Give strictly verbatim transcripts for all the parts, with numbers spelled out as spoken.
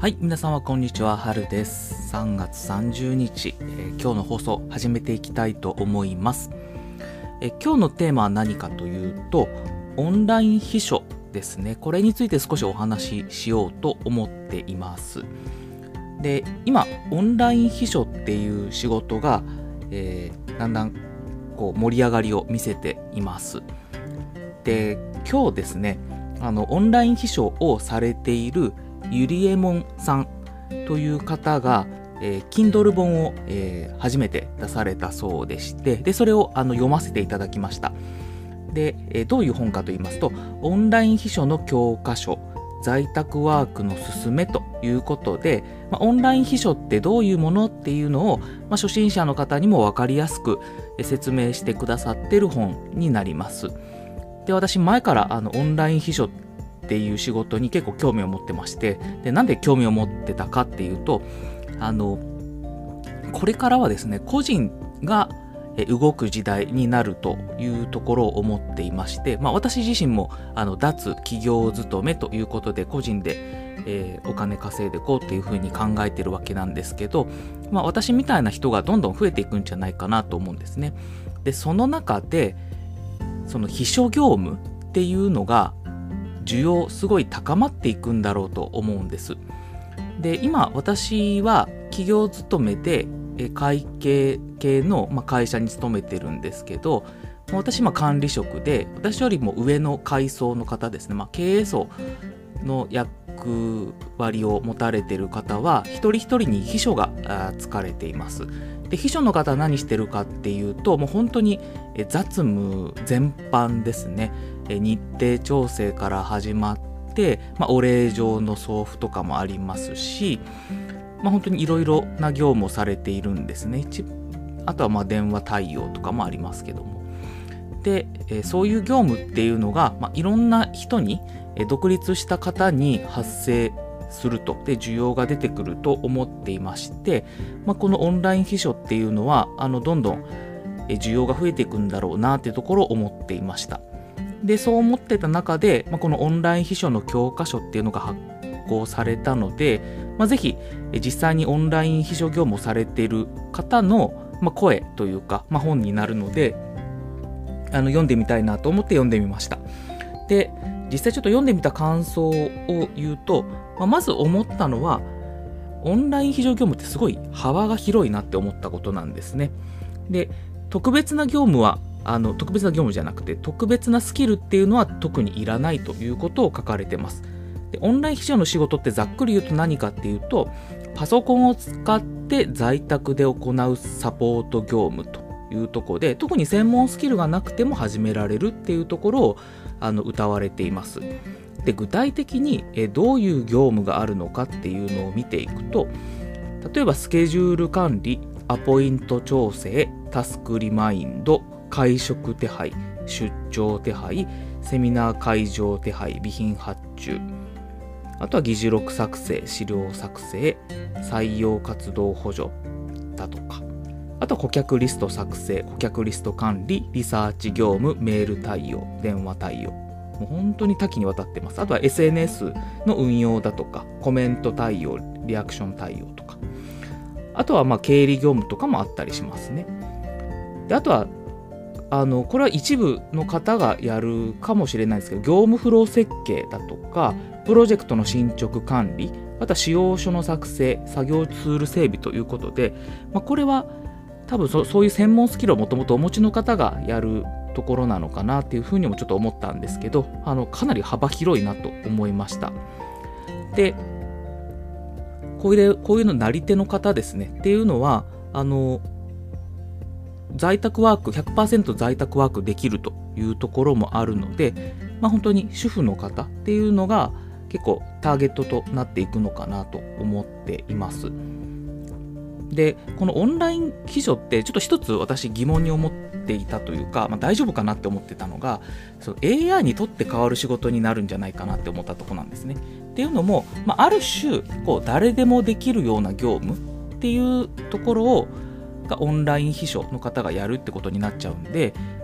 はい、皆様こんにちは、はるです。さんがつさんじゅうにち、えー、今日の放送始めていきたいと思います。えー、今日のテーマは何かというと、オンライン秘書ですね。これについて少しお話ししようと思っています。で、今オンライン秘書っていう仕事が、えー、だんだんこう盛り上がりを見せています。で、今日ですね、あのオンライン秘書をされているゆりえもんさんという方が、えー、Kindle 本を、えー、初めて出されたそうでして、でそれをあの読ませていただきました。で、えー、どういう本かと言いますと、オンライン秘書の教科書、在宅ワークのすすめということで、まあ、オンライン秘書ってどういうものっていうのを、まあ、初心者の方にも分かりやすく説明してくださっている本になります。で、私前からあのオンライン秘書っていう仕事に結構興味を持ってまして、でなんで興味を持ってたかっていうと、あのこれからはですね、個人が動く時代になるというところを思っていまして、まあ、私自身もあの脱企業勤めということで個人で、えー、お金稼いでいこうっていうふうに考えてるわけなんですけど、まあ、私みたいな人がどんどん増えていくんじゃないかなと思うんですね。でその中でその秘書業務っていうのが需要すごい高まっていくんだろうと思うんです。で、今私は企業勤めで会計系の会社に勤めてるんですけど、私今管理職で、私よりも上の階層の方ですね、まあ、経営層の役割を持たれている方は一人一人に秘書がつかれています。で、秘書の方は何してるかっていうと、もう本当に雑務全般ですね。日程調整から始まって、まあ、お礼状の送付とかもありますし、まあ、本当にいろいろな業務をされているんですね。あとはまあ電話対応とかもありますけども。で、そういう業務っていうのが、まあ、いろんな人に、独立した方に発生すると、で需要が出てくると思っていまして、まあ、このオンライン秘書っていうのはあのどんどん需要が増えていくんだろうなっていうところを思っていました。でそう思ってた中で、まあ、このオンライン秘書の教科書っていうのが発行されたので、まあ、ぜひ実際にオンライン秘書業務をされている方の、まあ、声というか、まあ、本になるのであの読んでみたいなと思って読んでみました。で実際ちょっと読んでみた感想を言うと、まあ、まず思ったのはオンライン秘書業務ってすごい幅が広いなって思ったことなんですね。で特別な業務はあの特別な業務じゃなくて特別なスキルっていうのは特にいらないということを書かれてます。でオンライン秘書の仕事ってざっくり言うと何かっていうと、パソコンを使って在宅で行うサポート業務というところで、特に専門スキルがなくても始められるっていうところをあの謳われています。で具体的にえどういう業務があるのかっていうのを見ていくと、例えばスケジュール管理、アポイント調整、タスクリマインド、会食手配、出張手配、セミナー会場手配、備品発注、あとは議事録作成、資料作成、採用活動補助だとか、あとは顧客リスト作成、顧客リスト管理、リサーチ業務、メール対応、電話対応、もう本当に多岐にわたってます。あとは エスエヌエス の運用だとか、コメント対応、リアクション対応とか、あとはまあ経理業務とかもあったりしますね。であとはあのこれは一部の方がやるかもしれないですけど、業務フロー設計だとかプロジェクトの進捗管理、あとは仕様書の作成、作業ツール整備ということで、まあ、これは多分 そ, そういう専門スキルをもともとお持ちの方がやるところなのかなっていうふうにもちょっと思ったんですけど、あのかなり幅広いなと思いました。でこういうこういうのなり手の方ですねっていうのは、あの在宅ワーク ひゃくパーセント 在宅ワークできるというところもあるので、まあ、本当に主婦の方っていうのが結構ターゲットとなっていくのかなと思っています。でこのオンライン秘書ってちょっと一つ私疑問に思っていたというか、まあ、大丈夫かなって思ってたのが、その エーアイ にとって変わる仕事になるんじゃないかなって思ったところなんですね。っていうのも、まあ、ある種こう誰でもできるような業務っていうところをがオンライン秘書の方がやるってことになっちゃうんで、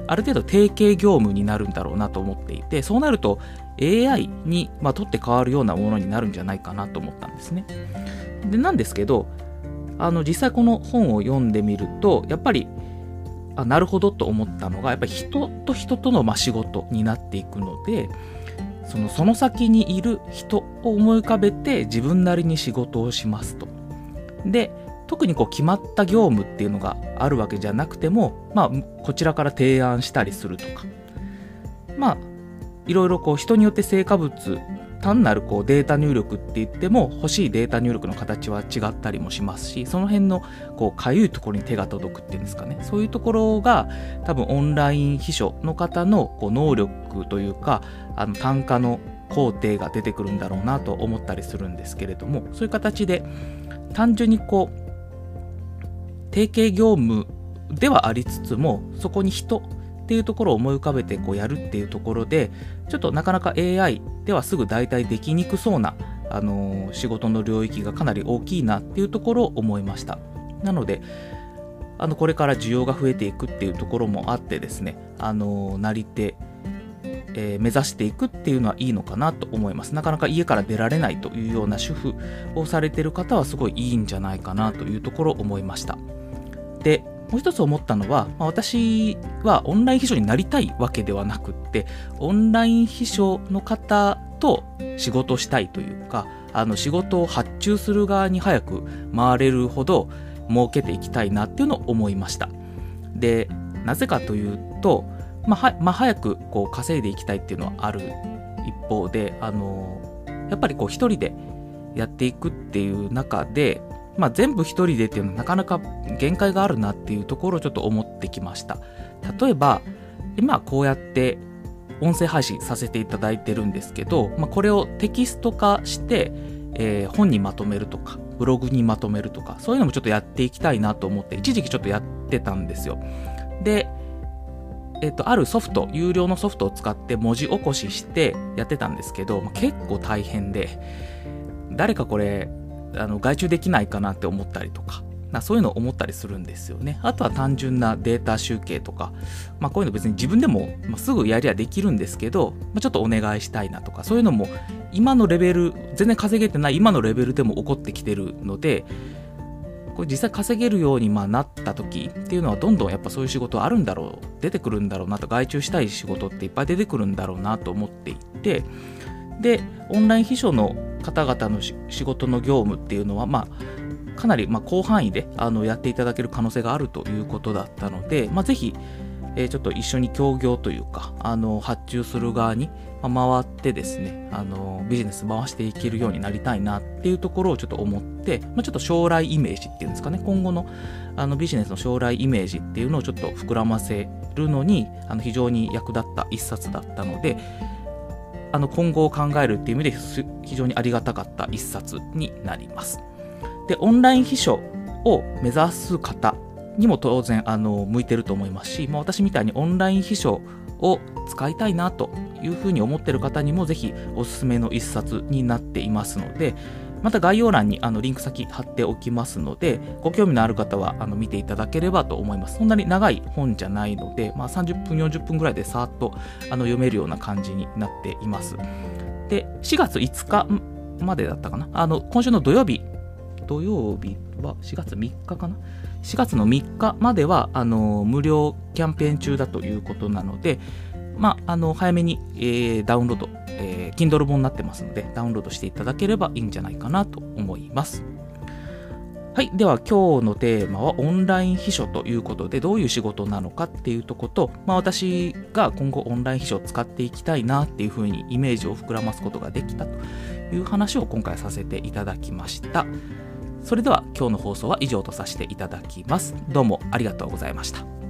ある程度定型業務になるんだろうなと思っていて、そうなると エーアイ に、まあ、取って代わるようなものになるんじゃないかなと思ったんですね。でなんですけど、あの実際この本を読んでみると、やっぱりあなるほどと思ったのが、やっぱり人と人とのまあ仕事になっていくので、そのその先にいる人を思い浮かべて自分なりに仕事をしますと。で特にこう決まった業務っていうのがあるわけじゃなくても、まあ、こちらから提案したりするとか、まあいろいろこう人によって成果物、単なるこうデータ入力って言っても欲しいデータ入力の形は違ったりもしますし、その辺のこうかゆいところに手が届くっていうんですかね、そういうところが多分オンライン秘書の方のこう能力というか、あの単価の工程が出てくるんだろうなと思ったりするんですけれども、そういう形で単純にこう定型業務ではありつつも、そこに人っていうところを思い浮かべてこうやるっていうところで、ちょっとなかなか エーアイ ではすぐ代替できにくそうな、あのー、仕事の領域がかなり大きいなっていうところを思いました。なのであのこれから需要が増えていくっていうところもあってですね、あのー、なり手、えー、目指していくっていうのはいいのかなと思います。なかなか家から出られないというような主婦をされている方はすごいいいんじゃないかなというところを思いました。でもう一つ思ったのは、まあ、私はオンライン秘書になりたいわけではなくって、オンライン秘書の方と仕事したいというか、あの仕事を発注する側に早く回れるほど儲けていきたいなっていうのを思いました。でなぜかというと、まあはまあ、早くこう稼いでいきたいっていうのはある一方で、あのやっぱりこう一人でやっていくっていう中で、まあ、全部一人でっていうのはなかなか限界があるなっていうところをちょっと思ってきました。例えば今こうやって音声配信させていただいてるんですけど、まあ、これをテキスト化して、えー、本にまとめるとかブログにまとめるとか、そういうのもちょっとやっていきたいなと思って、一時期ちょっとやってたんですよ。でえっと、あるソフト、有料のソフトを使って文字起こししてやってたんですけど、まあ、結構大変で、誰かこれあの外注できないかなって思ったりとか、そういうのを思ったりするんですよね。あとは単純なデータ集計とか、まあ、こういうの別に自分でも、まあ、すぐやりゃできるんですけど、まあ、ちょっとお願いしたいなとか、そういうのも今のレベル、全然稼げてない今のレベルでも起こってきてるので、これ実際稼げるようにまあなった時っていうのは、どんどんやっぱそういう仕事あるんだろう、出てくるんだろうなと、外注したい仕事っていっぱい出てくるんだろうなと思っていて、でオンライン秘書の方々の仕事の業務っていうのは、まあ、かなりまあ広範囲であのやっていただける可能性があるということだったので、まあ、ぜひ、えー、ちょっと一緒に協業というか、あの発注する側に回ってですね、あのビジネス回していけるようになりたいなっていうところをちょっと思って、まあ、ちょっと将来イメージっていうんですかね、今後の、あのビジネスの将来イメージっていうのをちょっと膨らませるのに、あの非常に役立った一冊だったので、あの今後を考えるっていう意味で非常にありがたかった一冊になります。でオンライン秘書を目指す方にも当然あの向いてると思いますし、まあ、私みたいにオンライン秘書を使いたいなというふうに思っている方にもぜひおすすめの一冊になっていますので、また概要欄にあのリンク先貼っておきますので、ご興味のある方はあの見ていただければと思います。そんなに長い本じゃないので、まあ、さんじゅっぷんよんじゅっぷんぐらいでさーっとあの読めるような感じになっています。でしがついつかまでだったかな、あの今週の土曜日土曜日はしがつみっかかな、しがつのみっかまではあの無料キャンペーン中だということなので、まあ、あの早めに、えー、ダウンロード、えー、Kindle 本になってますのでダウンロードしていただければいいんじゃないかなと思います。はい、では今日のテーマはオンライン秘書ということで、どういう仕事なのかっていうとこと、まあ、私が今後オンライン秘書を使っていきたいなっていうふうにイメージを膨らますことができたという話を今回させていただきました。それでは今日の放送は以上とさせていただきます。どうもありがとうございました。